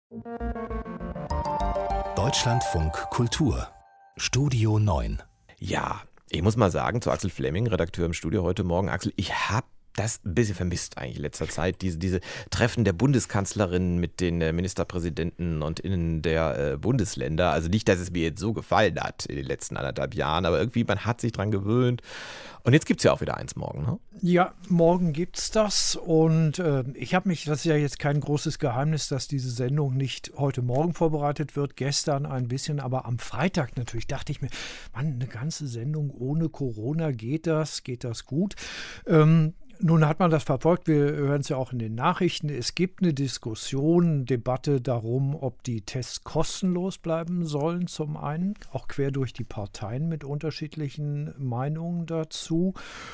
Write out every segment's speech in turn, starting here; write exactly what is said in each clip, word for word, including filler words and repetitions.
Deutschlandfunk Kultur Studio neun. Ja, ich muss mal sagen, zu Axel Fleming, Redakteur im Studio heute Morgen. Axel, ich habe das ein bisschen vermisst eigentlich in letzter Zeit, diese, diese Treffen der Bundeskanzlerin mit den äh, Ministerpräsidenten und Innen der äh, Bundesländer. Also nicht, dass es mir jetzt so gefallen hat in den letzten anderthalb Jahren, aber irgendwie, man hat sich dran gewöhnt. Und jetzt gibt es ja auch wieder eins morgen, ne? Ja, morgen gibt's das und äh, ich habe mich, das ist ja jetzt kein großes Geheimnis, dass diese Sendung nicht heute Morgen vorbereitet wird, gestern ein bisschen, aber am Freitag natürlich dachte ich mir, Mann, eine ganze Sendung ohne Corona, geht das, geht das gut? Ähm, Nun hat man das verfolgt, wir hören es ja auch in den Nachrichten. Es gibt eine Diskussion, eine Debatte darum, ob die Tests kostenlos bleiben sollen zum einen, auch quer durch die Parteien mit unterschiedlichen Meinungen dazu.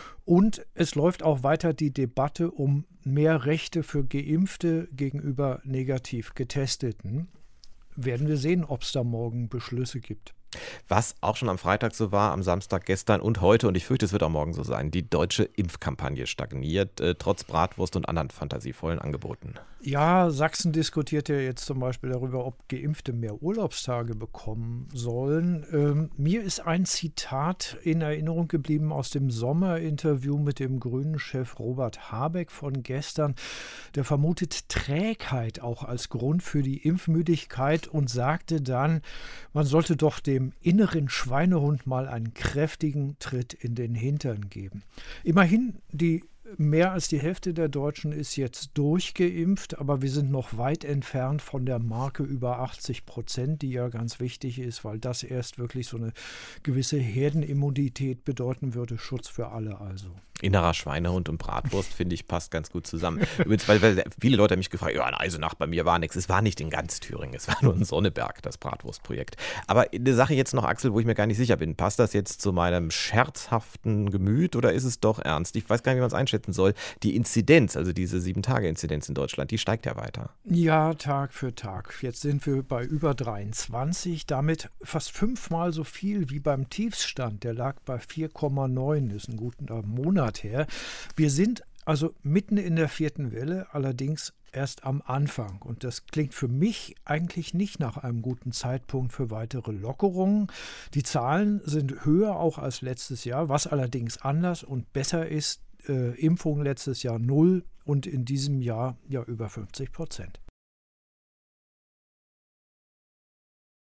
Und es läuft auch weiter die Debatte um mehr Rechte für Geimpfte gegenüber negativ Getesteten. Werden wir sehen, ob es da morgen Beschlüsse gibt. Was auch schon am Freitag so war, am Samstag, gestern und heute, und ich fürchte, es wird auch morgen so sein, die deutsche Impfkampagne stagniert, äh, trotz Bratwurst und anderen fantasievollen Angeboten. Ja, Sachsen diskutiert ja jetzt zum Beispiel darüber, ob Geimpfte mehr Urlaubstage bekommen sollen. Ähm, mir ist ein Zitat in Erinnerung geblieben aus dem Sommerinterview mit dem Grünen-Chef Robert Habeck von gestern. Der vermutet Trägheit auch als Grund für die Impfmüdigkeit und sagte dann, man sollte doch dem inneren Schweinehund mal einen kräftigen Tritt in den Hintern geben. Immerhin, die mehr als die Hälfte der Deutschen ist jetzt durchgeimpft, aber wir sind noch weit entfernt von der Marke über achtzig Prozent, die ja ganz wichtig ist, weil das erst wirklich so eine gewisse Herdenimmunität bedeuten würde, Schutz für alle also. Innerer Schweinehund und Bratwurst, finde ich, passt ganz gut zusammen. Übrigens, weil, weil viele Leute haben mich gefragt, ja, in Eisenach, bei mir war nichts. Es war nicht in ganz Thüringen, es war nur in Sonneberg, das Bratwurstprojekt. Aber eine Sache jetzt noch, Axel, wo ich mir gar nicht sicher bin. Passt das jetzt zu meinem scherzhaften Gemüt oder ist es doch ernst? Ich weiß gar nicht, wie man es einschätzen soll. Die Inzidenz, also diese sieben-Tage-Inzidenz in Deutschland, die steigt ja weiter. Ja, Tag für Tag. Jetzt sind wir bei über dreiundzwanzig, damit fast fünfmal so viel wie beim Tiefstand. Der lag bei vier Komma neun, ist ein guter Monat her. Wir sind also mitten in der vierten Welle, allerdings erst am Anfang. Und das klingt für mich eigentlich nicht nach einem guten Zeitpunkt für weitere Lockerungen. Die Zahlen sind höher auch als letztes Jahr, was allerdings anders und besser ist. Äh, Impfung letztes Jahr null und in diesem Jahr ja über fünfzig Prozent.